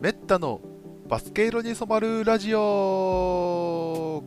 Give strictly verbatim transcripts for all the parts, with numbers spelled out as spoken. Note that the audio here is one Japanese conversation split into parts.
メッタのバスケ色に染まるラジオ。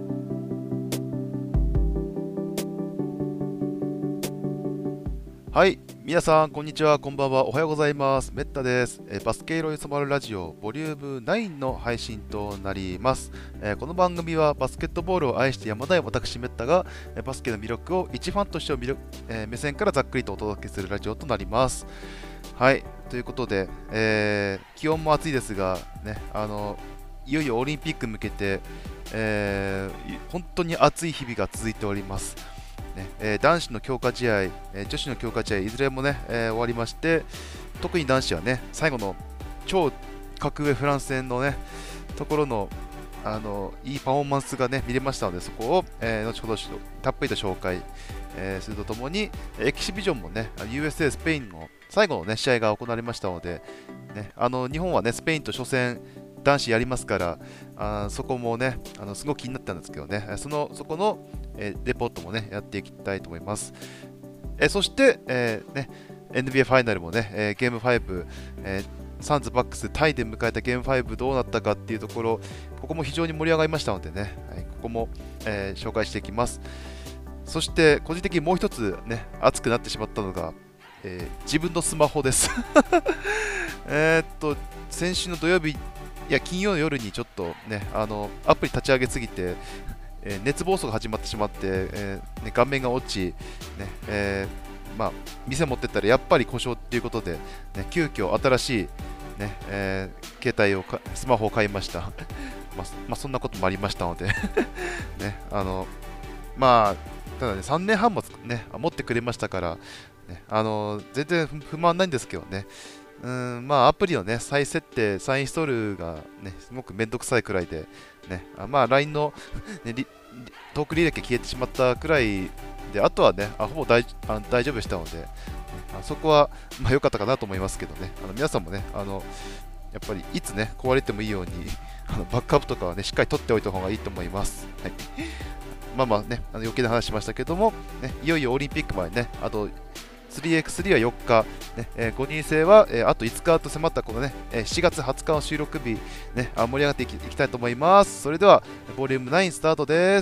はい、皆さんこんにちは、こんばんは、おはようございます。メッタです。えーバスケ色に染まるラジオボリュームナインの配信となります。えーこの番組はバスケットボールを愛してやまない私メッタが、えーバスケの魅力を一ファンとして魅力、えー目線からざっくりとお届けするラジオとなります。はい、ということで、えー気温も暑いですが、ね、あのいよいよオリンピックに向けて、えーい本当に暑い日々が続いております。ねえー男子の強化試合、えー女子の強化試合、いずれもね、えー終わりまして、特に男子はね、最後の超格上フランス戦のね、ところの、あのいいパフォーマンスがね、見れましたので、そこを、えー後ほどたっぷりと紹介、えーするとともに、エキシビジョンもね、ユーエスエー スペインの最後の、ね、試合が行われましたので、ね、あの日本はね、スペインと初戦、男子やりますから、あーそこもね、あのすごく気になったんですけどね、そのそこの、えーレポートもね、やっていきたいと思います。えーそして、えーね、エヌビーエー ファイナルもね、えーゲームご、えーサンズバックスタイで迎えたゲームごどうなったかっていうところ、ここも非常に盛り上がりましたのでね、はい、ここも、えー紹介していきます。そして個人的にもう一つね、熱くなってしまったのが、えー自分のスマホです。えーっと、先週の土曜日、いや金曜の夜にちょっとね、あのアプリ立ち上げすぎて、えー熱暴走が始まってしまって、えーね、顔面が落ち、ねえーまあ、店持ってったらやっぱり故障っていうことで、ね、急遽新しい、ねえー携帯をかスマホを買いました。まあ、まあ、そんなこともありましたので、ね、あのまあ、ただね、さんねんはんもつね、持ってくれましたから、ね、あの全然不不満ないんですけどね、うーん、まあ、アプリのね、再設定、再インストールがね、すごくめんどくさいくらいで、ね、あまあ、ライン の、ね、リトーク履歴消えてしまったくらいで、あとはね、あほぼ大あ大丈夫でしたので、ねあそこは、まあ、良かったかなと思いますけどね、あの皆さんもね、あのやっぱりいつね、壊れてもいいように、あのバックアップとかはね、しっかり取っておいた方がいいと思います。はい、まあまあね、あの余計な話しましたけども、ね、いよいよオリンピックまでね、あと スリーエーエックススリー はよっか、ねえーごにん制は、えーあといつかと迫ったこのね、えーしがつはつかの収録日、ね、あ盛り上がっていき、いきたいと思います。それでは、ボリュームナインスタートです。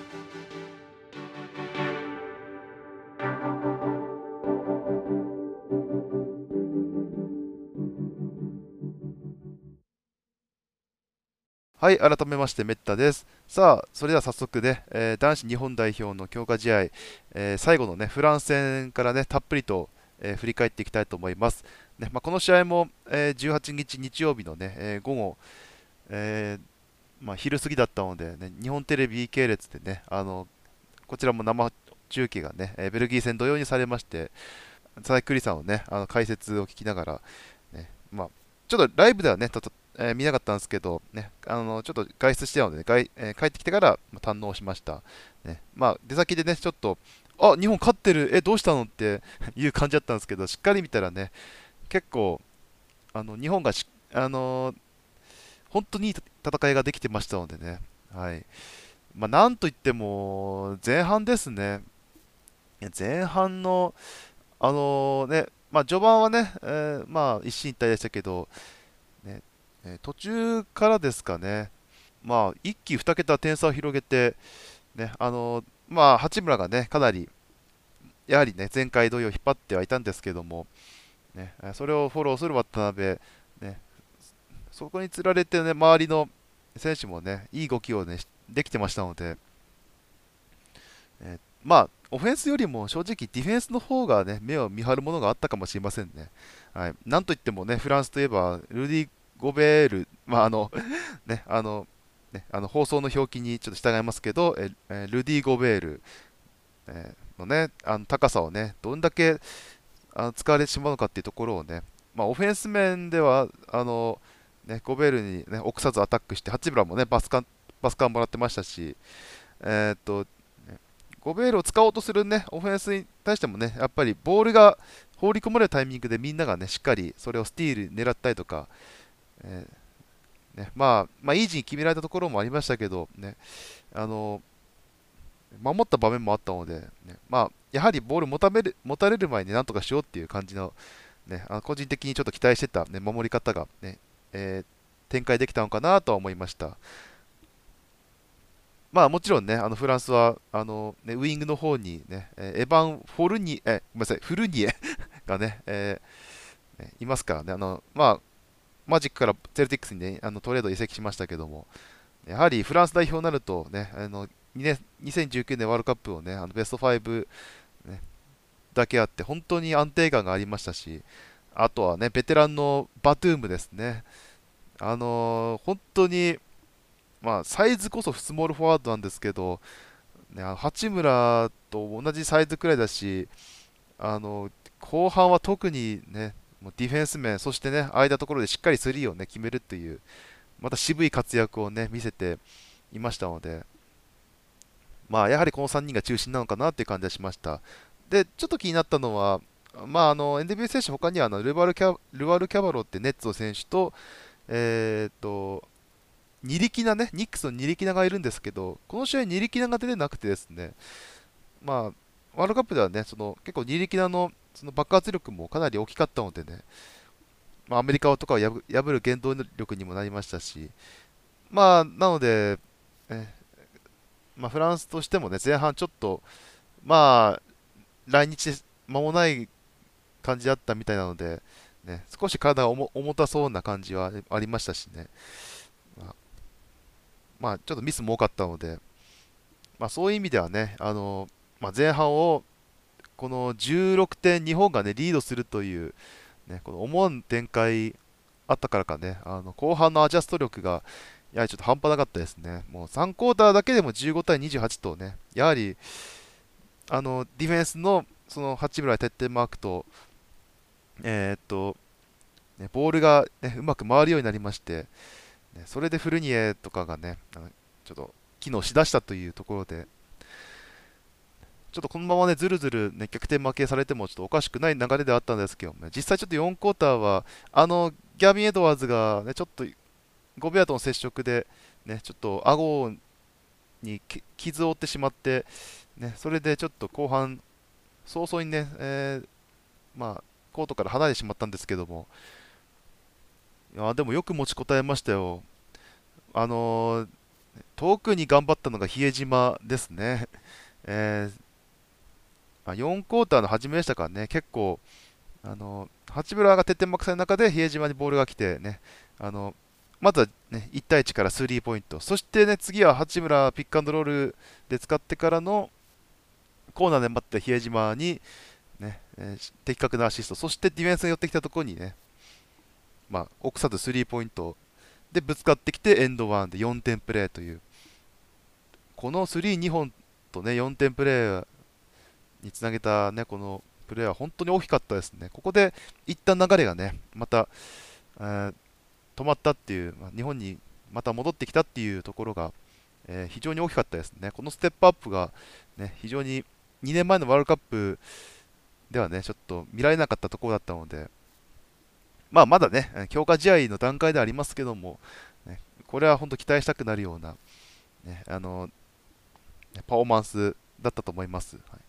はい、改めましてメッタです。さあ、それでは早速ね、えー男子日本代表の強化試合、えー最後のね、フランス戦からね、たっぷりと、えー振り返っていきたいと思います。ねまあ、この試合も、えーじゅうはちにち日曜日のね、えー午後、えーまあ、昼過ぎだったので、ね、日本テレビ系列でね、あのこちらも生中継がね、えーベルギー戦同様にされまして、佐々木栗さんのね、あの解説を聞きながら、ね、まあ、ちょっとライブではね、ちょっと、えー見なかったんですけど、ね、あのちょっと外出してたので、ね、外えー帰ってきてから、まあ、堪能しました。ね、まあ、出先でね、ちょっと、あ日本勝ってる、え、どうしたのっていう感じだったんですけど、しっかり見たらね、結構、あの日本がし、あのー本当にいい戦いができてましたのでね、はいまあ、なんといっても、前半ですね、いや前半の、あのね、まあ、序盤はね、えーまあ、一進一退でしたけど、ねえー途中からですかね、まあ、一気二桁点差を広げて、ねあのまあ、八村がね、かなり、やはりね、前回同様引っ張ってはいたんですけども、ね、えーそれをフォローする渡辺、ね、そこにつられてね、周りの選手もね、いい動きをね、しできてましたので、えーまあ、オフェンスよりも正直ディフェンスの方がね、目を見張るものがあったかもしれませんね。はい、なんといってもね、フランスといえば、ルディ・ゴベール、まああのね、あのね、あの放送の表記にちょっと従いますけど、ええルディ・ゴベール、えーのね、あの高さをね、どんだけあの使われてしまうのかっていうところをね、まあ、オフェンス面では、あのね、ゴベールに、ね、臆さずアタックして、八村もね、バスカン、バスカンもらってましたし、えーっと、ねゴベールを使おうとするね、オフェンスに対してもね、やっぱりボールが放り込まれるタイミングでみんながね、しっかりそれをスティール狙ったりとか、えーね、まあ、まあ、イージーに決められたところもありましたけど、ね、あの守った場面もあったので、ね、まあ、やはりボール持たれる持たれる前になんとかしようっていう感じの、ね、あの個人的にちょっと期待してた、ね、守り方が、ねえー展開できたのかなとは思いました。まあもちろんね、あのフランスはあの、ね、ウイングの方にね、えーエヴァン・フォルニエ、えごめんなさい、フルニエがね、えーねいますからね、あのまあ、マジックからセルティックスに、ね、あのトレード移籍しましたけども、やはりフランス代表になるとね、あのにねにせんじゅうきゅうねんワールドカップをね、あのベストご、ね、だけあって、本当に安定感がありましたし、あとはね、ベテランのバトゥームですね、あのー本当に、まあ、サイズこそスモールフォワードなんですけど、ね、あの八村と同じサイズくらいだし、あの後半は特にね、もうディフェンス面、そしてね、空いたところでしっかりスリーをね、決めるっていう、また渋い活躍をね、見せていましたので、まあ、やはりこのさんにんが中心なのかなっていう感じがしました。で、ちょっと気になったのは、まあ、あの エヌビーエー 選手、他にはあのルバルキャルバルキャバロってネッツの選手と、えーっと、ニリキナね、ニックスのニリキナがいるんですけど、この試合、ニリキナが出てなくてですね、まあ、ワールドカップではね、その結構ニリキナのその爆発力もかなり大きかったのでね、まあ、アメリカとかを破破る原動力にもなりましたし、まあ、なので、えまあ、フランスとしてもね、前半ちょっと、まあ、来日間もない感じだったみたいなので、ね、少し体が重重たそうな感じはありましたしね、まあ、まあちょっとミスも多かったので、まあ、そういう意味ではね、あのまあ、前半をこのじゅうろくてん日本がねリードするという、ね、この思わぬ展開あったからかね、あの後半のアジャスト力がやはりちょっと半端なかったですね。もうさんクォーターだけでもじゅうごたいにじゅうはちとね、やはりあのディフェンスのその八村徹底マークと、えーっとね、ボールが、ね、うまく回るようになりまして、ね、それでフルニエとかがね、あのちょっと機能しだしたというところで、ちょっとこのままね、ずるずる、ね、逆転負けされてもちょっとおかしくない流れではあったんですけどね、実際ちょっとよんクォーターは、あのギャビン・エドワーズが、ね、ちょっとゴベアとの接触で、ね、ちょっと顎にき傷を負ってしまって、ね、それでちょっと後半、早々にね、えーまあ、コートから離れてしまったんですけども、いやでもよく持ちこたえましたよ。あのー遠くに頑張ったのが比江島ですね。えーまあ、よんクォーターの初めでしたからね、結構、あの八村が徹底マークされる中で比江島にボールが来てね、あのまずは、ね、いち対いちからスリーポイント、そしてね、次は八村ピックアンドロールで使ってからのコーナーで待った比江島に、ねえー的確なアシスト、そしてディフェンスに寄ってきたところにね、まあ、臆さずスリーポイントでぶつかってきてエンドワンでよんてんプレーという、このスリーにほんとね、よんてんプレーにつなげたね、このプレーは本当に大きかったですね。ここで一旦流れがね、また、えー止まったっていう、まあ日本にまた戻ってきたっていうところが、えー非常に大きかったですね。このステップアップが、ね、非常ににねんまえのワールドカップではね、ちょっと見られなかったところだったので、まあ、まだね、強化試合の段階ではありますけども、ね、これは本当期待したくなるような、ね、あのパフォーマンスだったと思います。はい、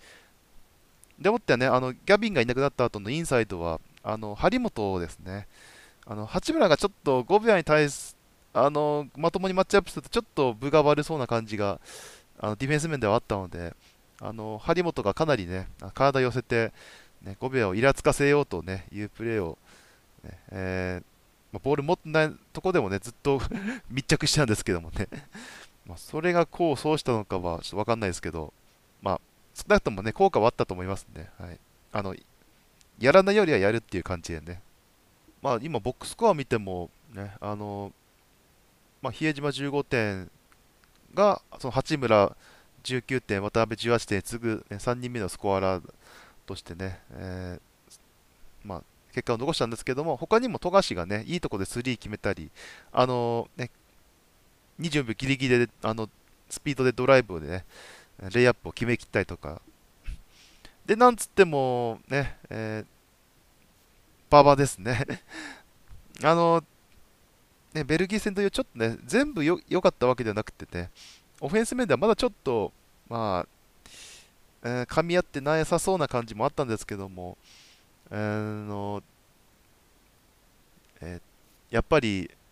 でもってね、あのギャビンがいなくなった後のインサイドは、あの張本ですね。あの八村がちょっとゴベアに対すあのまともにマッチアップするとちょっと分が悪そうな感じがあのディフェンス面ではあったので、あの張本がかなりね体寄せて、ね、ゴベアをイラつかせようと、ね、いうプレーを、ねえーまあボール持ってないところでもねずっと密着してたんですけどもね、まあ、それが功を奏したのかはちょっと分かんないですけど、まあ、少なくともね効果はあったと思いますね。はい、あのやらないよりはやるっていう感じでね、まあ、今ボックススコア見ても、ね、あのまあ、比江島じゅうごてんがその八村じゅうきゅうてん、渡辺じゅうはちてんに次ぐ、ね、さんにんめのスコアラーとしてね、えーまあ、結果を残したんですけども、他にも富樫がね、いいところでスリー決めたり、あのね、にじゅうよんびょうギリギリであのスピードでドライブでね、レイアップを決めきったりとか、で、なんつってもね、えー、馬場ですね。あのね、ベルギー戦というちょっとね、全部よ良かったわけではなくてね、オフェンス面ではまだちょっと、まあ、えー噛み合ってなさそうな感じもあったんですけども、えーのえーやっぱり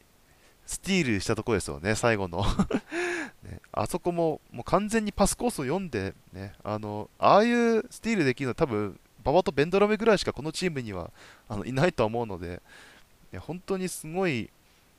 スティールしたところですよね、最後のね、あそこも、もう完全にパスコースを読んで、ね、あの、ああいうスティールできるのは多分、馬場とベンドラメぐらいしかこのチームにはあのいないとは思うので、いや本当にすごい、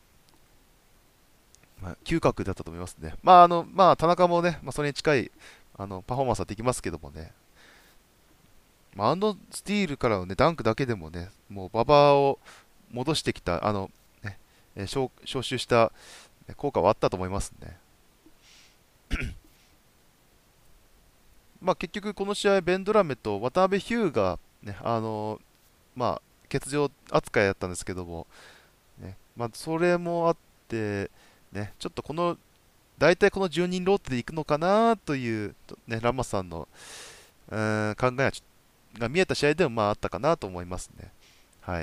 まあ、嗅覚だったと思いますね。まあ、あの、まあ、田中もね、まあ、それに近いあのパフォーマンスはできますけどもね、まあ、あのスティールからの、ね、ダンクだけでもね、もう馬場を戻してきた、あの、ね、えー招招集した効果はあったと思いますね。まあ、結局、この試合、ベンドラメと渡辺ヒューが、ね、あのまあ、欠場扱いだったんですけども、ね、まあ、それもあって、ね、ちょっとこの、大体このじゅうにんローテでいくのかなという、ね、ラマスさんのうーん考えはちょが見えた試合でもまああったかなと思いますね。はい。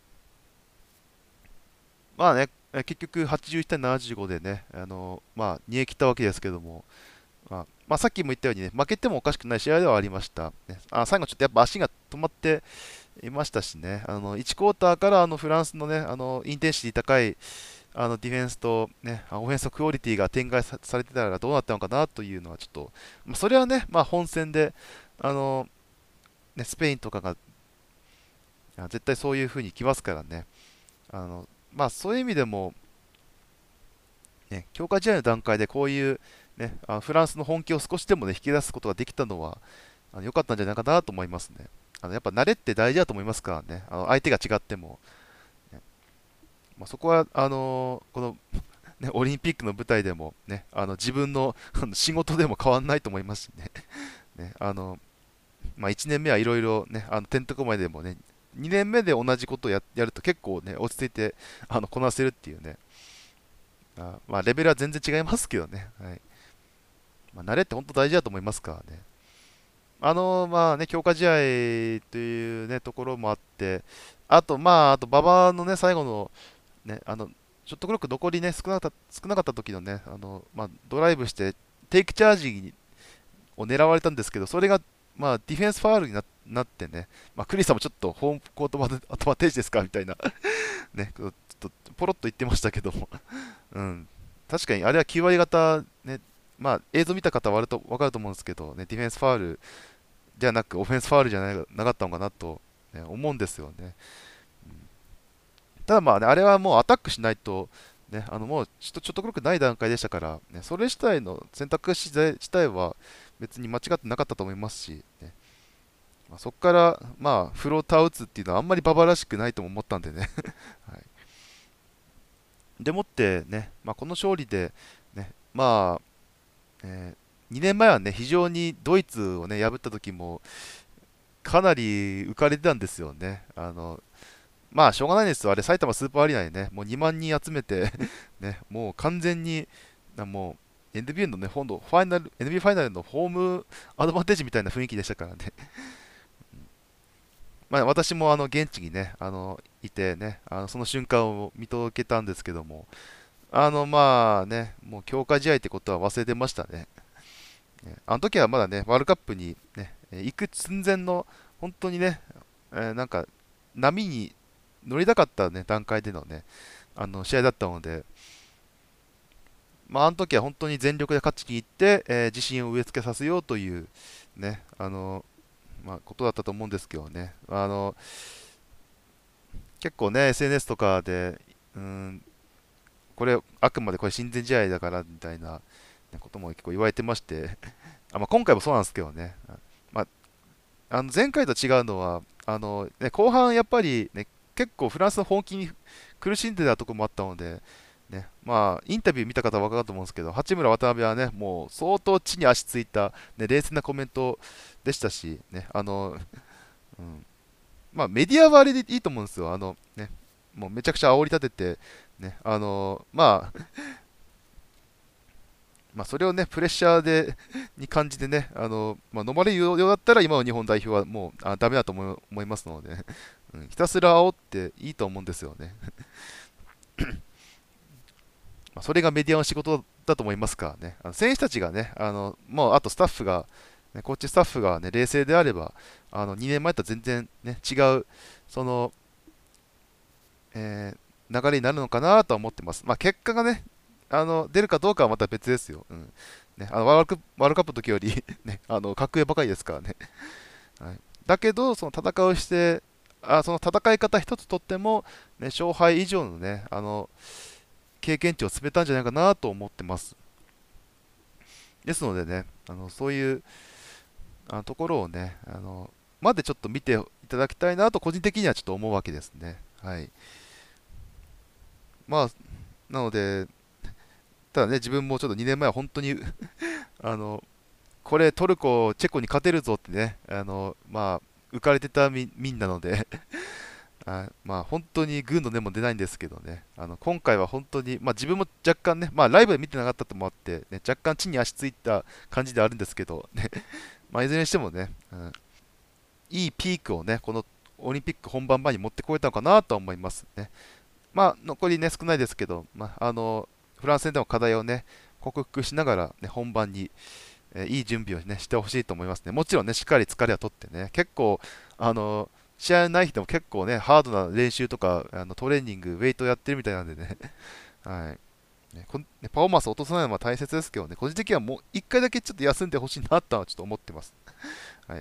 まあね、え結局はちじゅういち対ななじゅうごでね、あのまあ、煮え切ったわけですけども、まあ、まあ、さっきも言ったようにね、負けてもおかしくない試合ではありました。ね、あ最後ちょっとやっぱ足が止まっていましたしね、あのいちクォーターからあのフランスのね、あのインテンシティ高いあのディフェンスと、ね、あオフェンスクオリティが展開さされてたらどうなったのかなというのはちょっと、まあ、それはね、まあ、本戦であの、ね、スペインとかがあ絶対そういう風に来ますからね、あのまあ、そういう意味でも、ね、強化試合の段階でこういう、ね、あフランスの本気を少しでも、ね、引き出すことができたのはあの良かったんじゃないかなと思いますね。あのやっぱ慣れって大事だと思いますからね、あの相手が違っても、ねまあ、そこはあのーこのね、オリンピックの舞台でも、ね、あの自分のあの仕事でも変わらないと思いますしね、ねあのまあ、いちねんめはいろいろ、ね、あのてんとこまいでもね、にねんめで同じことをや、やると結構、ね、落ち着いてあのこなせるっていうね、あまあ、レベルは全然違いますけどね、はいまあ、慣れって本当大事だと思いますからね。あのまあね、強化試合という、ね、ところもあって、あと、まあ、あと馬場の、ね、最後の、ね、あのショットクロック残り、ね、少なかった少なかった時のね、あのまあ、ドライブしてテイクチャージを狙われたんですけど、それが、まあ、ディフェンスファールにななってね、まあ、クリスさんもちょっとホームコートバアドバンテージですかみたいなね、ちょっとポロッと言ってましたけども、うん、確かにあれはきゅう割型、ね、まあ、映像見た方は割と分かると思うんですけど、ね、ディフェンスファールじゃなく、オフェンスファールじゃないなかったのかなと、ね、思うんですよね。ただまあ、ね、あれはもうアタックしないと、ね、あのもうちょっとちょっと黒くない段階でしたから、ね、それ自体の選択肢自体は別に間違ってなかったと思いますし、ねまあ、そこから、まあ、フローター打つっていうのはあんまり馬場らしくないとも思ったんでね、はい、でもってね、まあ、この勝利で、ねまあえー、にねんまえはね非常にドイツをね破った時もかなり浮かれてたんですよね。あのまあしょうがないですよ、あれ埼玉スーパーアリーナにねもうにまん人集めてね、もう完全になもう エヌビーエー のね、今度ファイナル エヌビーエー ファイナルのホームアドバンテージみたいな雰囲気でしたからねまあ私もあの現地にねあのいてねあのその瞬間を見届けたんですけども、あのまあねもう強化試合ってことは忘れてましたね。ねあの時はまだねワールドカップに、ね、行く寸前の本当にね、えーなんか波に乗りたかった、ね、段階でのねあの試合だったので、まあ、あの時は本当に全力で勝ちに行って、えー自信を植え付けさせようという、ねあのまあ、ことだったと思うんですけどね、あの結構ね、エスエヌエス とかで、うん、これ、あくまでこれ親善試合だからみたいなことも結構言われてましてあ、まあ、今回もそうなんですけどね、まあ、あの前回と違うのは、あのね、後半やっぱり、ね、結構フランスの本気に苦しんでたところもあったので、ね、まあ、インタビュー見た方は分かると思うんですけど、八村、渡辺はね、もう相当地に足ついた、ね、冷静なコメントでしたし、ね、あの、うん、まあ、メディアはあれでいいと思うんですよ。あの、ね、もうめちゃくちゃ煽り立てて、ね、あの、まあ、まあ、それをね、プレッシャーでに感じてね、あのまあ、飲まれるようだったら、今の日本代表はもうあダメだと思い思いますので、うん、ひたすら煽っていいと思うんですよね。まあそれがメディアの仕事だと思いますからね、あの選手たちがね、あのもうあとスタッフが、ね、コーチスタッフが、ね、冷静であれば、あのにねんまえとは全然、ね、違う、その、えー流れになるのかなとは思ってます。まあ、結果がね、あの出るかどうかはまた別ですよ。うんね、あのワールドカップワールドカップの時よりね、あの格上ばかりですからね。はい、だけど、その戦うして、あその戦い方一つとっても、ね、勝敗以上のね、あの経験値を積めたんじゃないかなと思ってます。ですのでね、あのそういうあのところをね、あのまでちょっと見ていただきたいなと、個人的にはちょっと思うわけですね。はい。まあ、なので、ただね、自分もちょっとにねんまえは本当にあのこれトルコ、チェコに勝てるぞってね、あのまあ、浮かれてたみみんなのであまあ、本当にグーの音も出ないんですけどね、あの今回は本当に、まあ、自分も若干ね、まあ、ライブで見てなかったともあって、ね、若干地に足ついた感じではあるんですけど、ねまあ、いずれにしてもね、うん、いいピークをね、このオリンピック本番前に持ってこれたのかなとは思いますね。まあ、残りね、少ないですけど、まあ、あのフランス戦でも課題をね、克服しながら、ね、本番に、えーいい準備を、ね、してほしいと思いますね。もちろんね、しっかり疲れは取ってね、結構、あの試合ない日でも結構ね、ハードな練習とか、あのトレーニング、ウェイトやってるみたいなんでね、はいねこんねパフォーマンスを落とさないのは大切ですけどね、個人的にはもういっかいだけちょっと休んでほしいなとはちょっと思ってます。はい、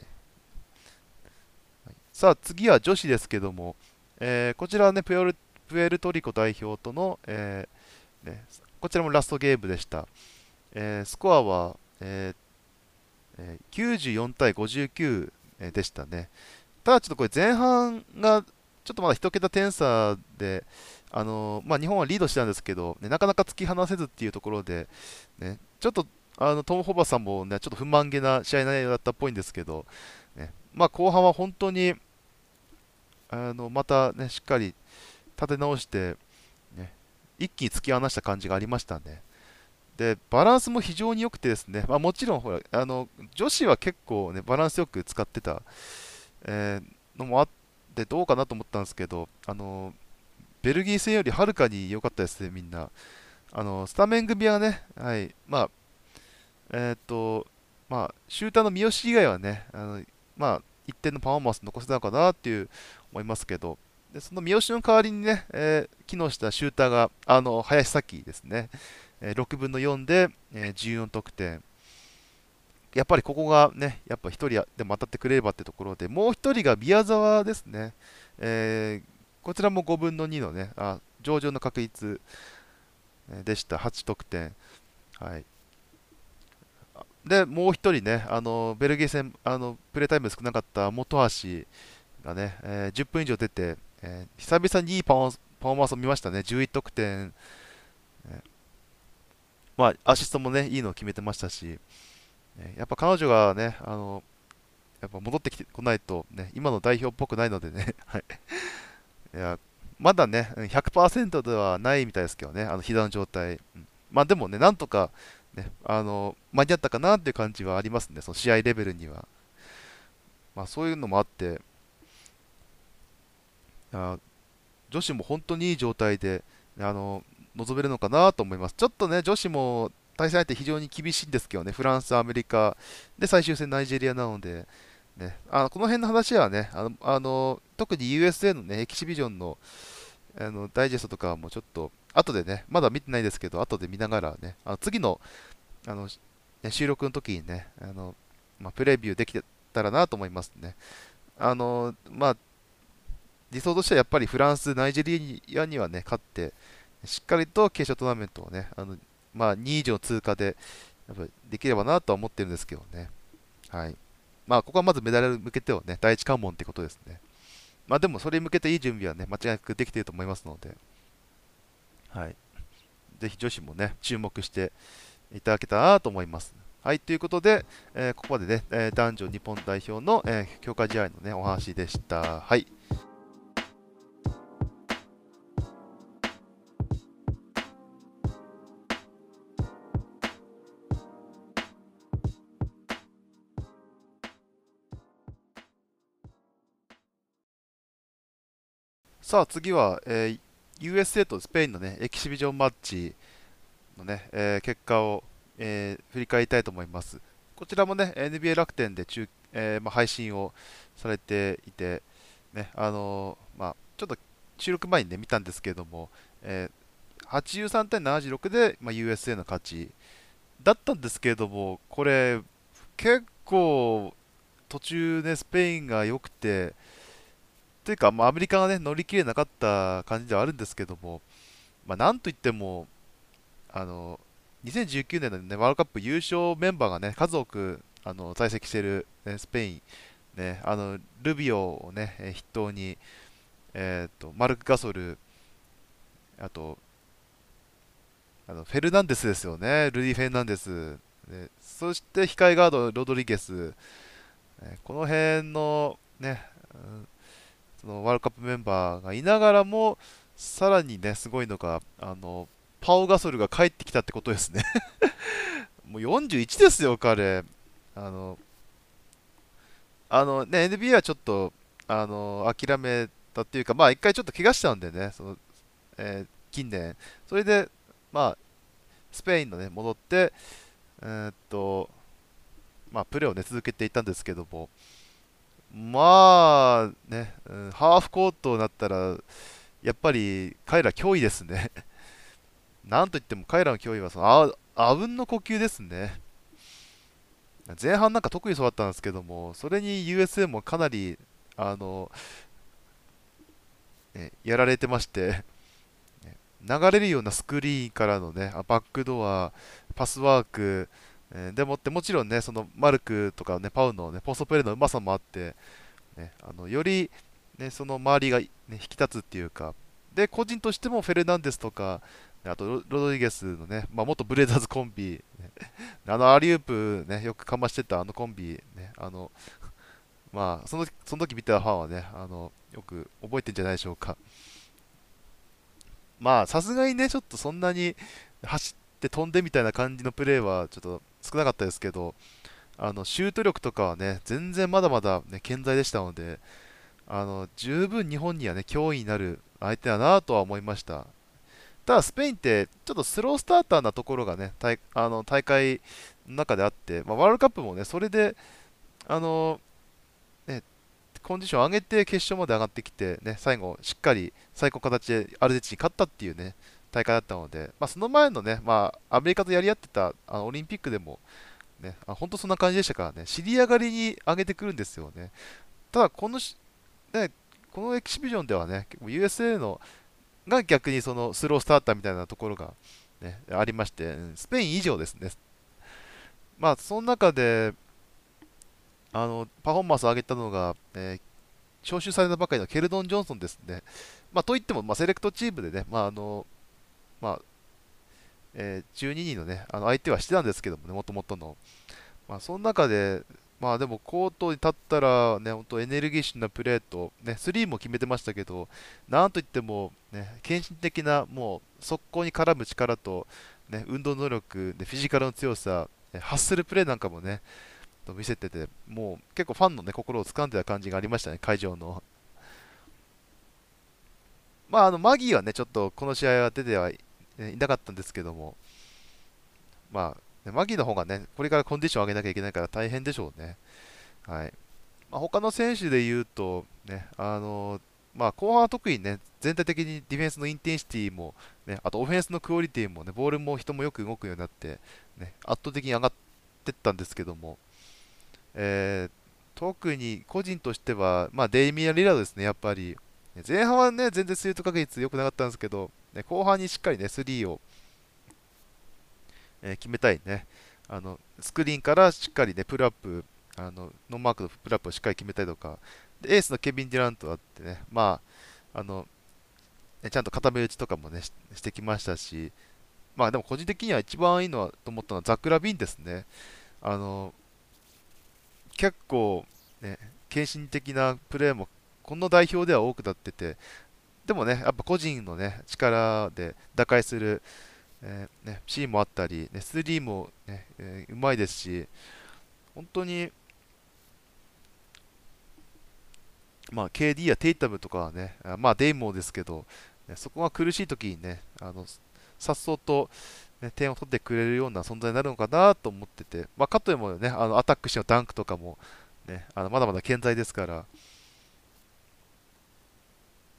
さあ、次は女子ですけども、えーこちらはね、プエル、プエルトリコ代表との、えーね、こちらもラストゲームでした。えースコアは、えーえーきゅうじゅうよん対ごじゅうきゅうでしたね。ただちょっとこれ前半がちょっとまだ一桁点差で、あのーまあ、日本はリードしてたんですけど、ね、なかなか突き放せずっていうところで、ね、ちょっとあのトム・ホバさんも、ね、ちょっと不満げな試合内容だったっぽいんですけど、ねまあ、後半は本当にあのまた、ね、しっかり立て直して、ね、一気に突き放した感じがありましたね。で、バランスも非常に良くてですね、まあ、もちろんほらあの女子は結構、ね、バランスよく使ってた、えーのもあってどうかなと思ったんですけど、あのベルギー戦よりはるかに良かったですね、みんな。あのスタメン組はね、はい、まあ、えーっと、まあ、シューターの三好以外はね、あのまあ、一定のパフォーマンス残せたのかなっていう思いますけど、でその三好の代わりにね、えー機能したシューターが、あの林咲希ですね、えーろくぶんのよんで、えーじゅうよん得点。やっぱりここがね、やっぱひとりでも当たってくれればってところで、もうひとりが宮沢ですね。えーこちらもごぶんのにのね、あ上々の確率えーでした、はち得点。はい、で、もうひとりね、あのベルギー戦、あのプレータイム少なかった本橋がね、えーじゅっぷん以上出て、えー久々にいいパフォーパフォーマンスを見ましたね、じゅういち得点、えーまあ、アシストもね、いいのを決めてましたし、えーやっぱ彼女がね、あのやっぱ戻ってきてこないと、ね、今の代表っぽくないのでね、はい、いやまだね、ひゃくパーセントではないみたいですけどね、あの膝の状態。うんまあでもね、なんとか、ね、あの間に合ったかなっていう感じはありますね、その試合レベルには。まあ、そういうのもあって、あ女子も本当にいい状態であの臨めるのかなと思います。ちょっとね、女子も対戦相手非常に厳しいんですけどね、フランス、アメリカで最終戦ナイジェリアなので、ね、あのこの辺の話はね、あのあの特に ユーエスエー の、ね、エキシビジョンの、あのダイジェストとかもちょっと後でね、まだ見てないですけど、後で見ながらね、あの次の、あの、ね、収録の時にね、あのまあ、プレビューできたらなと思いますね。あのまあ、理想としてはやっぱりフランス、ナイジェリアにはね、勝って、しっかりと決勝トーナメントをね、あのまあ、にい以上通過でやっぱりできればなとは思ってるんですけどね。はい。まあ、ここはまずメダルに向けてはね、第一関門ってことですね。まあ、でもそれに向けていい準備はね、間違いなくできていると思いますので、はい。ぜひ女子もね、注目していただけたらなと思います。はい、ということで、えーここまでね、えー男女日本代表の、えー強化試合のね、お話でした。はい。さあ、次は、えー ユーエスエー とスペインのね、エキシビジョンマッチのね、えー結果を、えー振り返りたいと思います。こちらもね、エヌビーエー 楽天で中、えーまあ、配信をされていて、ね、あのーまあ、ちょっと収録前にね、見たんですけれども、えー、はちじゅうさんたいななじゅうろくで、まあ、ユーエスエー の勝ちだったんですけれども、これ、結構、途中ね、スペインが良くて、というか、まあ、アメリカがね、乗り切れなかった感じではあるんですけども、まあ、なんといっても、あの、にせんじゅうきゅうねんの、ね、ワールドカップ優勝メンバーがね、数多くあの在籍している、ね、スペイン、ね、あのルビオを、ね、筆頭に、えーと、マルク・ガソル、あとあのフェルナンデスですよね、ルディ・フェルナンデス、ね、そして控えガード、ロドリゲス、ね、この辺の、ね、うん、そのワールドカップメンバーがいながらも、さらに、ね、すごいのが、あのパオ・ガソルが帰ってきたってことですね。もうよんじゅういちですよ、彼。あの、あのね、エヌビーエー はちょっと、あの、諦めたっていうか、まあ、一回ちょっと怪我したんでね、その、えー近年。それで、まあ、スペインのね、戻って、えーっと、まあ、プレーをね、続けていたんですけども、まあ、ね、うん、ハーフコートになったら、やっぱり彼ら脅威ですね。なんといっても彼らの脅威はそのあ、あうんの呼吸ですね。前半なんか特にそうだったんですけども、それに ユーエスエー もかなり、あの、ね、やられてまして、ね、流れるようなスクリーンからのね、あバックドア、パスワーク、えーでもってもちろんね、そのマルクとかね、パウの、ね、ポストプレーのうまさもあって、ね、あのより、ね、その周りが、ね、引き立つっていうか、で、個人としてもフェルナンデスとか、ねあとロロドリゲスのね、まあ、元ブレイザーズコンビ、ね、あのアリウープ、ね、よくかましてたあのコンビ、ね、あのまあ、そのその時見たファンはね、あのよく覚えてんじゃないでしょうか。まあ、さすがにね、ちょっとそんなに走って飛んでみたいな感じのプレーはちょっと少なかったですけど、あのシュート力とかはね、全然まだまだ、ね、健在でしたので、あの十分日本にはね、脅威になる相手だなとは思いました。ただ、スペインってちょっとスロースターターなところがね、大あの大会の中であって、まあ、ワールドカップもね、それで、あのね、コンディションを上げて決勝まで上がってきて、ね、最後、しっかり最高の形でアルゼンチンに勝ったっていうね、大会だったので、まあ、その前のね、まあ、アメリカとやり合ってたあのオリンピックでも、ね、あ本当そんな感じでしたからね、尻上がりに上げてくるんですよね。ただこのし、ね、このエキシビジョンではね、結構 ユーエスエー のが逆にそのスロースターターみたいなところが、ね、ありまして、うんスペイン以上ですね。まあ、その中であのパフォーマンスを上げたのが、えー招集されたばかりのケルドン・ジョンソンですね。まあ、といっても、まあ、セレクトチームでね、まああのまあえーじゅうににんの、ね、あの相手はしてたんですけどもね、もともとの。まあ、その中で、まあでもコートに立ったら、ね、本当エネルギッシュなプレーと、ね、スリーも決めてましたけど、なんといっても、ね、献身的な、もう速攻に絡む力と、ね、運動能力、ね、フィジカルの強さ、ね発するプレーなんかもね、見せてて、もう結構ファンの、ね、心を掴んでた感じがありましたね、会場の。まあ、あのマギーはね、ちょっとこの試合は出てはい、ねいなかったんですけども、まあ、ねマギーの方がね、これからコンディションを上げなきゃいけないから大変でしょうね。はい。まあ、他の選手で言うと、ね、あのまあ、後半は特にね、全体的にディフェンスのインテンシティも、ね、あとオフェンスのクオリティもね、ボールも人もよく動くようになって、ね、圧倒的に上がってったんですけども、えー特に個人としては、まあ、デイミアン・リラードですね、やっぱり。前半はね、全然スリート確率良くなかったんですけど、ね、後半にしっかりね、スリーを、えー決めたいね。あのスクリーンからしっかりね、プルアップ、あのノーマークのプルアップをしっかり決めたりとか、でエースのケビン・デュラントあってね、まあ、あのねちゃんと固め打ちとかもねし、してきましたし、まあでも個人的には一番いいのはと思ったのはザクラビンですね。あの結構、ね、献身的なプレーもこの代表では多くなってて、でもね、やっぱ個人の、ね、力で打開する、えーね、シーンもあったり、ね、スリーも、ねえーうまいですし、本当に、まあ、ケーディー やテイタムとかはね、あまあ、デイモーですけど、ねそこが苦しい時にね、あのさっそうと、ね、点を取ってくれるような存在になるのかなと思ってて、まあ、かといもね、あのアタックしてのダンクとかも、ね、あのまだまだ健在ですから、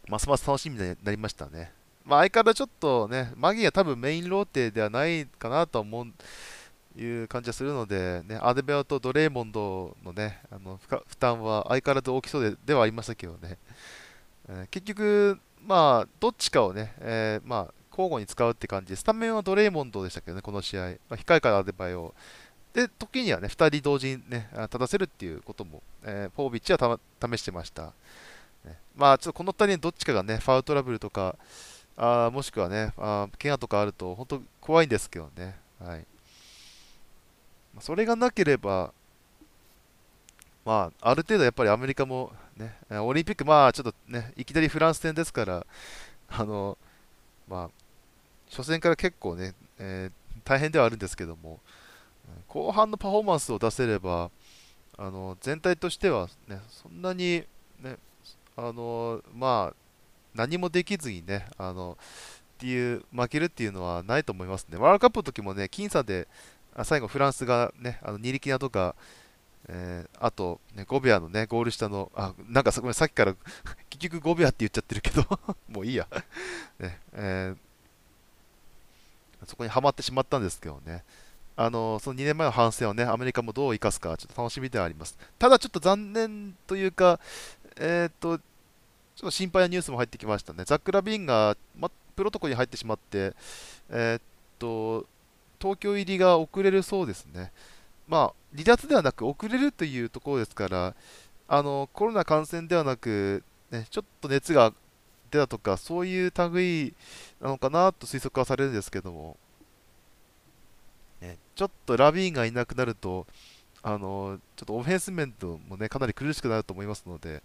ますます楽しみになりましたね。まあ、相変わらずちょっとね、マギーは多分メインローテではないかなと思ういう感じがするので、ね、アデベオとドレーモンドのね、あの負荷負担は相変わらず大きそうで、ではありましたけどね、えー結局、まあ、どっちかをね、えーまあ、交互に使うって感じで、スタメンはドレーモンドでしたけどね、この試合、まあ、控えからアデバイオ、で、時にはね、ふたり同時にね、あ立たせるっていうことも、えーポービッチはた試してました。ねまあ、ちょっとこのふたりのどっちかがね、ファウルトラブルとか、あーもしくはね、あー怪我とかあると、本当怖いんですけどね。はい。まあそれがなければ、まあ、ある程度やっぱりアメリカもね、えオリンピック、まあちょっとね、いきなりフランス戦ですから、あの、まあ、初戦から結構ね、えー大変ではあるんですけども、後半のパフォーマンスを出せれば、あの全体としてはね、そんなに、ね、あのまあ、何もできずにね、あのっていう負けるっていうのはないと思いますね。ワールドカップの時もね、僅差で、あ最後フランスがね、あのニリキナとか、えーあと、ね、ゴベアのね、ゴール下の、あ、なんかさごめんさっきから結局ゴベアって言っちゃってるけどもういいやね、えーそこにはまってしまったんですけどね。あのそのにねんまえの反省をね、アメリカもどう生かすか、ちょっと楽しみではあります。ただ、ちょっと残念というか、えーっと、ちょっと心配なニュースも入ってきましたね。ザック・ラビーンが、ま、プロトコに入ってしまって、えーっと、東京入りが遅れるそうですね。まあ、離脱ではなく遅れるというところですから、あのコロナ感染ではなく、ね、ちょっと熱が出たとか、そういう類なのかなと推測はされるんですけども、ね、ちょっとラビーンがいなくなると、あのちょっとオフェンス面ともね、かなり苦しくなると思いますので、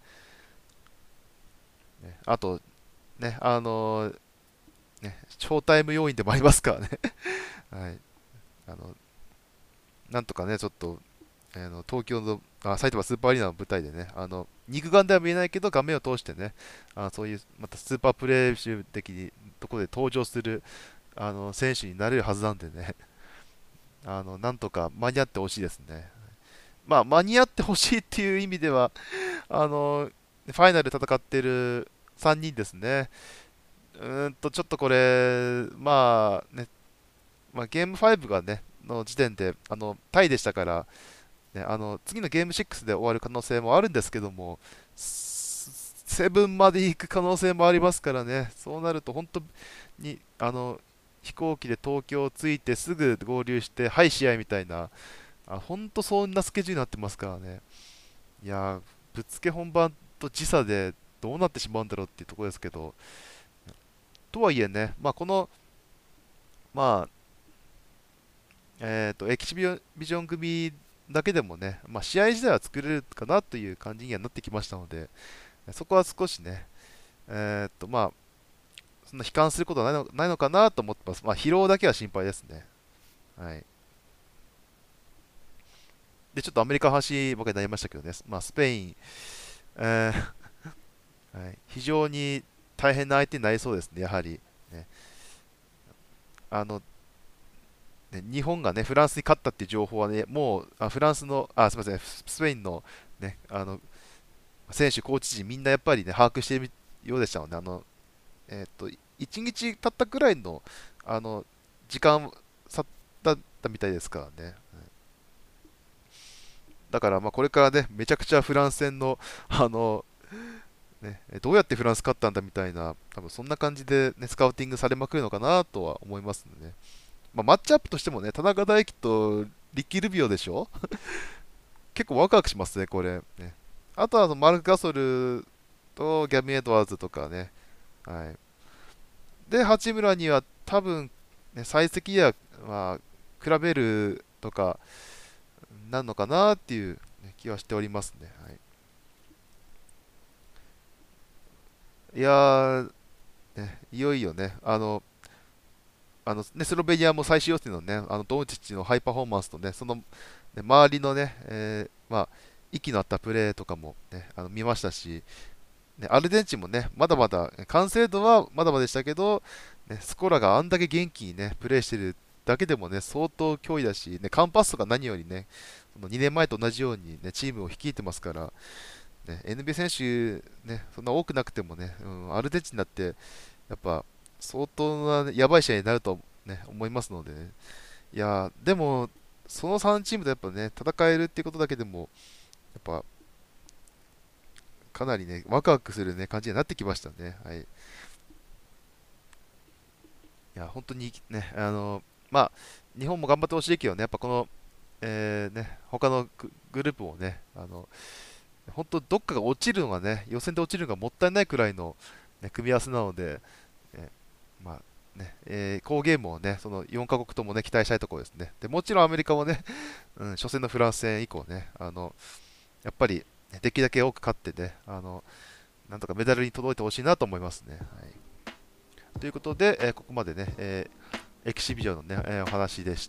ね、あと、ね、あのね、ショータイム要員でもありますからねはい、あのなんとかね、ちょっと、あの東京のあ埼玉スーパーアリーナの舞台でね、あの肉眼では見えないけど、画面を通してね、あそういうまたスーパープレー集的にところで登場するあの選手になれるはずなんでね、あのなんとか間に合ってほしいですね。まあ、間に合ってほしいっていう意味では、あのファイナル戦っているさんにんですね。うーんと、ちょっとこれ、まあね、まあ、ゲームファイブがね、の時点で、あの、タイでしたから、ね、あの、次のゲームシックスで終わる可能性もあるんですけども、セブンまで行く可能性もありますからね、そうなると本当に、あの、飛行機で東京着いてすぐ合流して、はい、試合みたいな、あ、本当そんなスケジュールになってますからね。いやー、ぶっつけ本番と時差でどうなってしまうんだろうっていうところですけど、とはいえね、まあ、この、まあ、えーと、エキシビジョン組だけでもね、まあ、試合自体は作れるかなという感じにはなってきましたので、そこは少しね、えーと、まあ、そんな悲観することはないのないのかなと思ってます。まあ、疲労だけは心配ですね。はい。で、ちょっとアメリカの話ばかりになりましたけどね、まあ、スペイン、えーはい、非常に大変な相手になりそうですね、やはり。ね、あのね、日本がね、フランスに勝ったっていう情報はね、もうあフランスの、あ、すみません、スペインの、ね、あの選手、コーチ陣、みんなやっぱりね、把握しているようでしたので、あのえーっと、いちにち経ったくらいのあの時間差だったみたいですからね。だから、まあこれからね、めちゃくちゃフランス戦の、あのね、どうやってフランス勝ったんだみたいな、多分そんな感じで、ね、スカウティングされまくるのかなとは思いますね。まあ、マッチアップとしてもね、田中大輝とリッキー・ルビオでしょ結構ワクワクしますね、これ。ね、あとはあのマルク・ガソルとギャビン・エドワーズとかね。はい、で、八村には多分、ね、幸先や、まあ、比べるとか、なんのかなっていう、ね、気はしておりますね。はい、いやー、ね、いよいよね、あの、あのね、スロベニアも最終予選のね、あのドンチッチのハイパフォーマンスとね、その、ね、周りのね、えーまあ、息の合ったプレーとかも、ね、あの見ましたし、ね、アルゼンチンもね、まだまだ、完成度はまだまだでしたけど、ね、スコラがあんだけ元気にね、プレーしてるだけでもね、相当脅威だし、ね、カンパッソが何よりね、そのにねんまえと同じように、ね、チームを率いてますから、 ね、エヌビーエー 選手、ね、そんな多くなくてもね、うん、アルゼンチンだって、やっぱ相当なやばい試合になると、ね、思いますのでね、いやーでも、そのさんチームとやっぱね、戦えるっていうことだけでも、やっぱかなりね、ワクワクする、ね、感じになってきましたね。はい、いや、本当にね、あのまあ、日本も頑張ってほしいけどね、やっぱこの、えーね、他のググループもね、あの本当、どっかが落ちるのがね、予選で落ちるのがもったいないくらいの、ね、組み合わせなので、えまあねえー好ゲームをね、そのよんカ国ともね、期待したいところですね。でもちろんアメリカもね、うん、初戦のフランス戦以降ね、あのやっぱりねできるだけ多く勝ってね、あのなんとかメダルに届いてほしいなと思いますね。はい、ということで、えーここまでね、えーエキシビジョンのね、えーお話でした。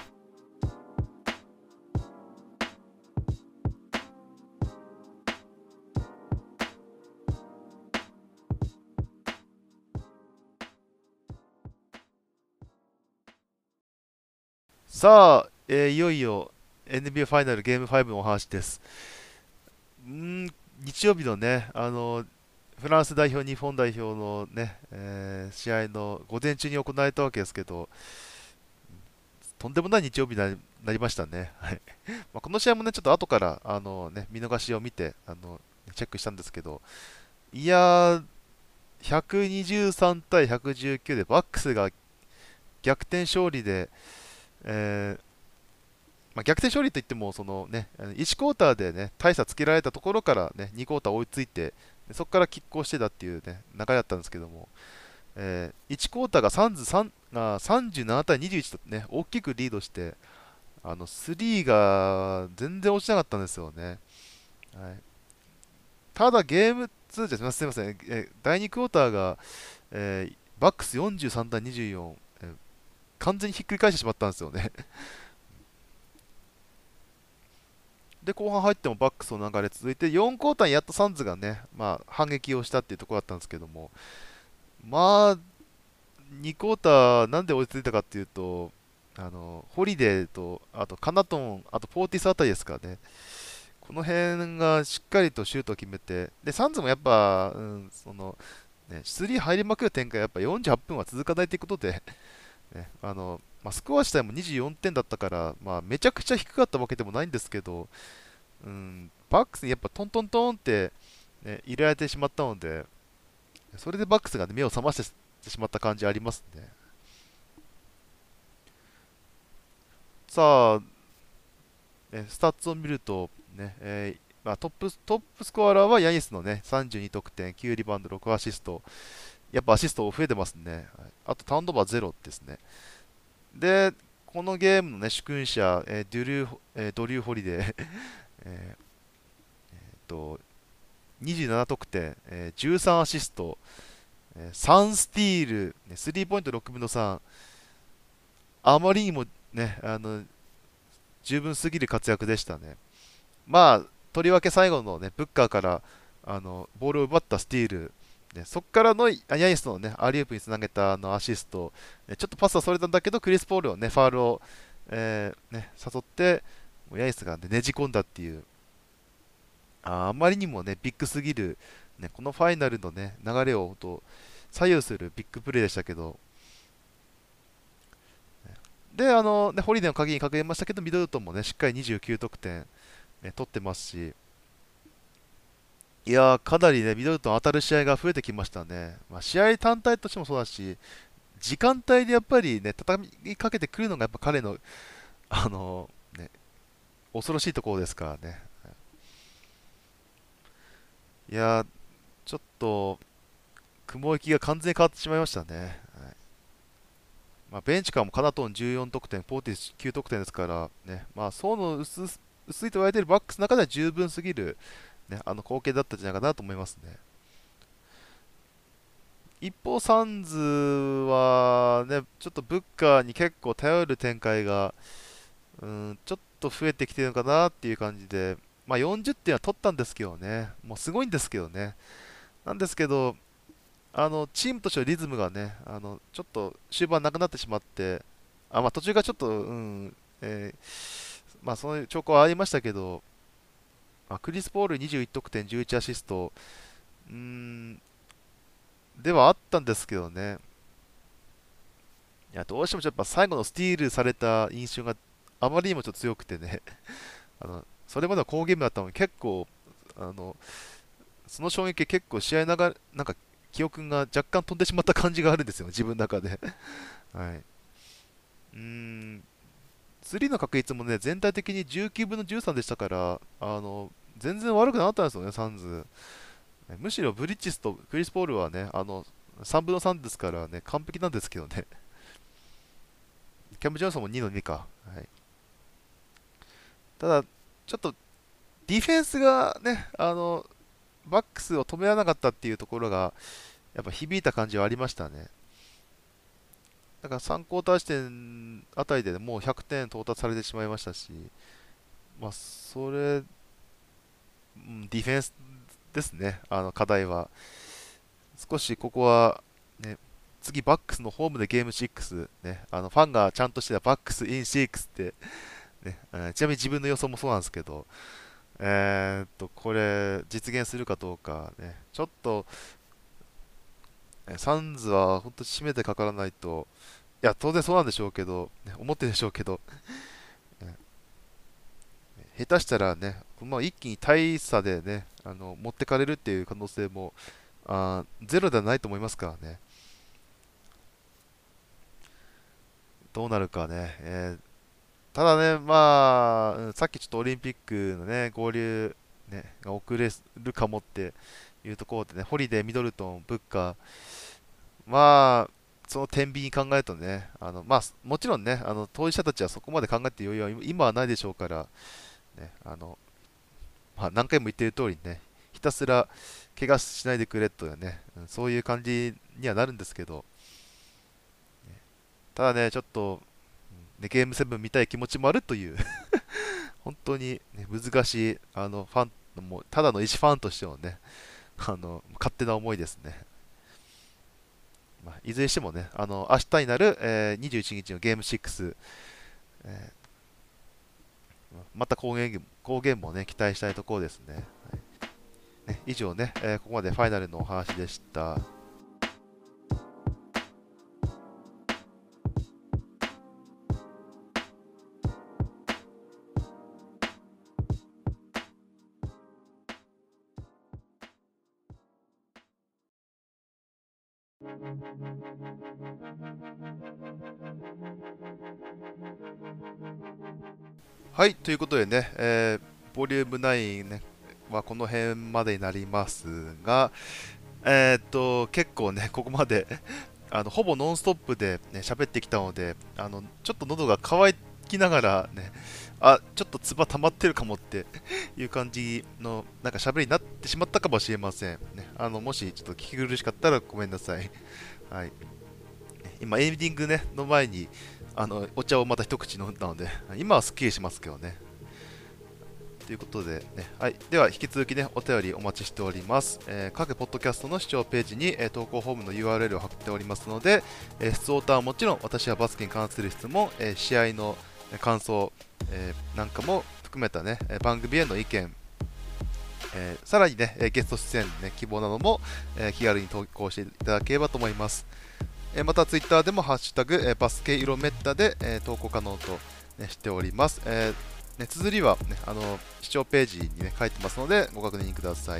さあ、えーいよいよ エヌビーエー ファイナルゲームファイブのお話です。うーん、日曜日のね、あのフランス代表、日本代表のね、えー試合の午前中に行われたわけですけど、とんでもない日曜日になり、なりましたね。はい。まあ、この試合もね、ちょっと後からあの、ね、見逃しを見てあのチェックしたんですけど、いやー、ひゃくにじゅうさん対ひゃくじゅうきゅうでバックスが逆転勝利で、えーまあ、逆転勝利といってもその、ね、いちクォーターで、ね、大差つけられたところから、ね、にクォーター追いついて、そこから拮抗してたっていう、ね、流れだったんですけども、えーいちクォーターがサンズさんあさんじゅうなな対にじゅういちと、ね、大きくリードして、あのスリーが全然落ちなかったんですよね。はい、ただ、ゲームツーじゃ、すみません、えーだいにクォーターが、えーバックスよんじゅうさん対にじゅうよん、えー完全にひっくり返してしまったんですよね。で、後半入ってもバックスの流れ続いて、よんクォーターにやっとサンズがね、まあ、反撃をしたっていうところだったんですけども、まあ、にクォーター、なんで追いついたかっていうと、あのホリデーと、あとカナトン、あとポーティスあたりですかね、この辺がしっかりとシュートを決めて、でサンズもやっぱ、うん、そのね、スリー入りまくる展開、やっぱよんじゅうはっぷんは続かないということで、ね、あのまあ、スコア自体もにじゅうよんてんだったから、まあ、めちゃくちゃ低かったわけでもないんですけど、うん、バックスにやっぱトントントンって、ね、入れられてしまったので、それでバックスが、ね、目を覚ましてしまった感じありますね。さあ、えスタッツを見ると、ねえーまあ、トップ、トップスコアラーはヤニスの、ね、さんじゅうに得点、きゅうリバウンド、ろくアシスト、やっぱアシスト増えてますね。はい、あとターンオーバーゼロですね。で、このゲームの、ね、主勲者、えーデュルー、えードリュー・ホリデー、えーえーとにじゅうなな得点、えーじゅうさんアシスト、えーさんスティール、ね、スリーポイントろくぶんのさん、あまりにも、ね、あの十分すぎる活躍でしたね。まあ、とりわけ最後の、ね、ブッカーからあのボールを奪ったスティール、ね、そこからのヤニスの、ね、アリウープにつなげたあのアシスト、ね、ちょっとパスはそれたんだけど、クリス・ポールを、ね、ファールを、えーね、誘って、もうヤニスが、ね、ねじ込んだっていう、あ、あまりにも、ね、ビッグすぎる、ね、このファイナルの、ね、流れをと左右するビッグプレーでしたけど、で、あの、ね、ホリデーの鍵にかけましたけど、ミドルトンも、ね、しっかりにじゅうきゅう得点、ね、取ってますし、いやー、かなりね、ミドルトン当たる試合が増えてきましたね。まあ、試合単体としてもそうだし、時間帯でやっぱりね、畳みかけてくるのがやっぱ彼の、あのね、恐ろしいところですからね。いやー、ちょっと、雲行きが完全に変わってしまいましたね。はい、まあ、ベンチからもカナトンじゅうよん得点、ポーティスきゅう得点ですから、ね、まあ、層の薄薄いと言われているバックスの中では十分すぎる、ね、あの貢献だったんじゃないかなと思いますね。一方、サンズはね、ちょっとブッカーに結構頼る展開が、うん、ちょっと増えてきてるのかなっていう感じで、まあ、よんじゅってんは取ったんですけどね、もうすごいんですけどね、なんですけど、あのチームとしてのリズムがね、あのちょっと終盤なくなってしまって、あまあ、途中がちょっと、うんえーまあ、そういう兆候はありましたけど、 あ、クリス・ポールにじゅういち得点、じゅういちアシスト、うーん、ではあったんですけどね、いや、どうしてもやっぱ最後のスティールされた印象があまりにもちょっと強くてね、あのそれまでは好ゲームだったのに結構、あのその衝撃結構試合ながら、なんか記憶が若干飛んでしまった感じがあるんですよ、自分の中で。はい。うーん、スリーの確率もね、全体的にじゅうきゅうぶんのじゅうさんでしたから、あの、全然悪くなかったんですよね、サンズ。むしろブリッジスとクリス・ポールはね、あの、さんぶんのさんですからね、完璧なんですけどね。キャム・ジョンソンもにのにか。はい。ただ、ちょっとディフェンスがね、あの、バックスを止められなかったっていうところが、やっぱ響いた感じはありましたね。だからさんクォーター時点あたりで、ね、もうひゃくてん到達されてしまいましたし、まあ、それ、うん、ディフェンスですね、あの課題は。少しここは、ね、次、バックスのホームでゲームシックス、ね、あのファンがちゃんとしてたバックスインシックスって、ね、えーちなみに自分の予想もそうなんですけど、えーっと、これ、実現するかどうか、ね、ちょっと、えサンズは本当締めてかからないと、いや、当然そうなんでしょうけど、ね思ってるでしょうけど、ね下手したらね、まあ、一気に大差でね、あの持ってかれるっていう可能性もあーゼロではないと思いますからね、どうなるかね。えーただね、まあ、うんさっきちょっとオリンピックのね、合流、ね、が遅れるかもっていうところでね、ホリデー、ミドルトン、ブッカー、まあ、その天秤に考えるとね、あのまあ、もちろんね、あの当事者たちはそこまで考えて余裕は今はないでしょうから、ね、あのまあ、何回も言っている通りね、ひたすら怪我しないでくれというね、うんそういう感じにはなるんですけど、ただね、ちょっと、ね、ゲームセブン見たい気持ちもあるという本当に、ね、難しい、あのファンのもうただの一ファンとしてのね、あの勝手な思いですね。まあ、いずれにしてもね、あの明日になる、えーにじゅういちにちのゲームシックス、えーまた好ゲーム好ゲームをね、期待したいところですね。ね以上ね、えーここまでファイナルのお話でした。はい、ということでね、えーボリュームナインね、まあ、この辺までになりますが、えーっと、結構ね、ここまであのほぼノンストップでね、喋ってきたので、あの、ちょっと喉が渇きながらね、あ、ちょっと唾溜まってるかもっていう感じの、なんか喋りになってしまったかもしれません。ね、あの、もしちょっと聞き苦しかったらごめんなさい。はい。今、エンディングね、の前に、あの、お茶をまた一口飲んだので、今はすっきりしますけどね。ということで、ね、はい、では引き続きね、お便りお待ちしております。えー各ポッドキャストの視聴ページに、えー投稿フォームの ユーアールエル を貼っておりますので、えー、質問はもちろん、私はバスケに関する質問、えー試合のえー感想、えーなんかも含めたね、えー番組への意見、えーさらにね、えーゲスト出演、ね、希望なども、えー気軽に投稿していただければと思います。えーまた、ツイッターでも、ハッシュタグ、えーバスケ色メッタで、えー投稿可能と、ね、しております。えーね、綴りは、ね、あの視聴ページに、ね、書いてますのでご確認ください。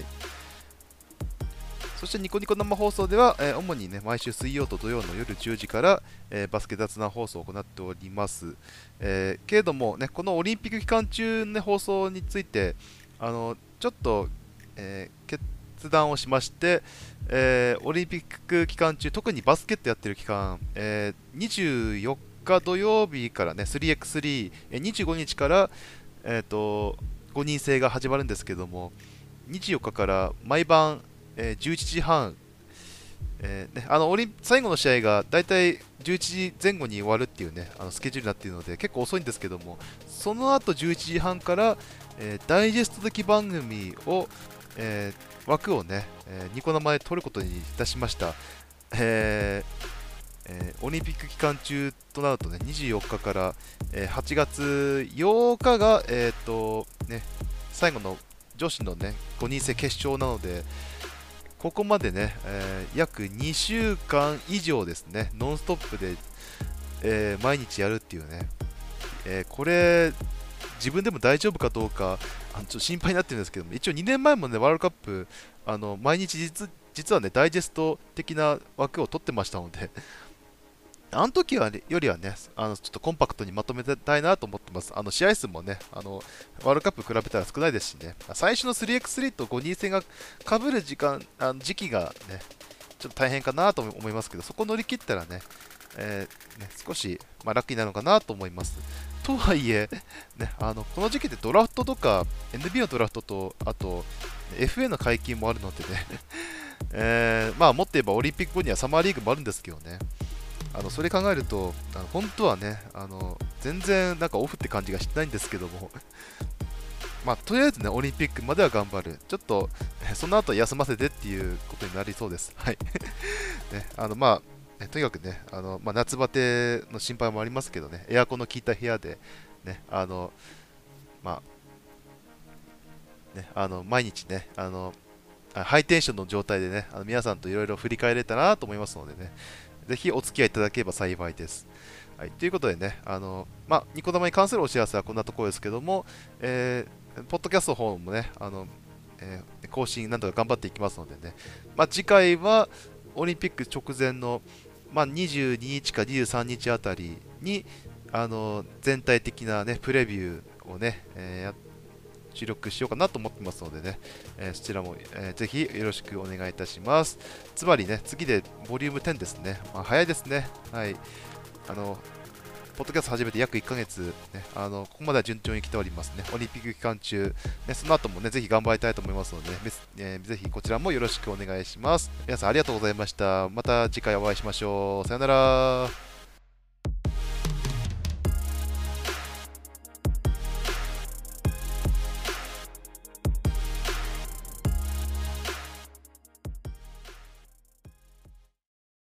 そしてニコニコ生放送では、えー主に、ね、毎週水曜と土曜の夜じゅうじから、えーバスケ雑談放送を行っております。えーけれども、ね、このオリンピック期間中の、ね、放送についてあのちょっと、えー決断をしまして、えーオリンピック期間中、特にバスケットやってる期間、えーにじゅうよっか土曜日からね スリーエックススリー、えーにじゅうごにちから、えーとごにん制が始まるんですけども、にじゅうよっかから毎晩、えーじゅういちじはん、えーね、あのオリン最後の試合がだいたいじゅういちじぜん後に終わるっていうね、あのスケジュールになっているので結構遅いんですけども、その後じゅういちじはんから、えーダイジェスト的番組を、えー枠をね、えーニコ生で取ることにいたしました。えーえーオリンピック期間中となるとね、にじゅうよっかから、えーはちがつようかが、えーとね、最後の女子のね、ごにん制決勝なので、ここまでね、えー約にしゅうかん以上ですね、ノンストップで、えー毎日やるっていうね、えーこれ、自分でも大丈夫かどうか、あのちょっと心配になってるんですけども、一応にねんまえもね、ワールドカップ、あの毎日実、実はね、ダイジェスト的な枠を取ってましたので、あの時はねよりはね、あのちょっとコンパクトにまとめたいなと思ってます。あの試合数もね、あのワールドカップ比べたら少ないですしね、最初の スリーエックススリー とごにん戦が被る時間、あの時期がね、ちょっと大変かなと思いますけど、そこ乗り切ったらね、えーね少し、まあ、楽になるのかなと思います。とはいえ、ね、あのこの時期でドラフトとか エヌビー のドラフトと、あと エフエー の解禁もあるのでね、えーまあ、もっと言えばオリンピック後にはサマーリーグもあるんですけどね、あのそれ考えると、あの本当はね、あの全然なんかオフって感じがしてないんですけども、まあ、とりあえずね、オリンピックまでは頑張る。ちょっと、その後休ませてっていうことになりそうです。はい。ね、あの、まあ、ねとにかくね、あのまあ、夏バテの心配もありますけどね、エアコンの効いた部屋で、ね、あの、まあ、ね、あの毎日ね、あの、ハイテンションの状態でね、あの皆さんといろいろ振り返れたらなと思いますのでね、ぜひお付き合いいただければ幸いです。はい、ということでね、あのまあ、ニコ生に関するお知らせはこんなところですけども、えー、ポッドキャストの方もね、あのえー更新なんとか頑張っていきますのでね、まあ、次回はオリンピック直前の、まあ、にじゅうににちかにじゅうさんにちあたりにあの全体的な、ね、プレビューをね、えーや収録しようかなと思ってますのでね、えーそちらも、えーぜひよろしくお願いいたします。つまりね、次でボリュームじゅうですね。まあ、早いですね。はい。あの、ポッドキャスト始めて約いっかげつ、ね、あのここまでは順調に来ておりますね。オリンピック期間中、ね、その後もね、ぜひ頑張りたいと思いますので、ねえーぜひこちらもよろしくお願いします。皆さんありがとうございました。また次回お会いしましょう。さよなら。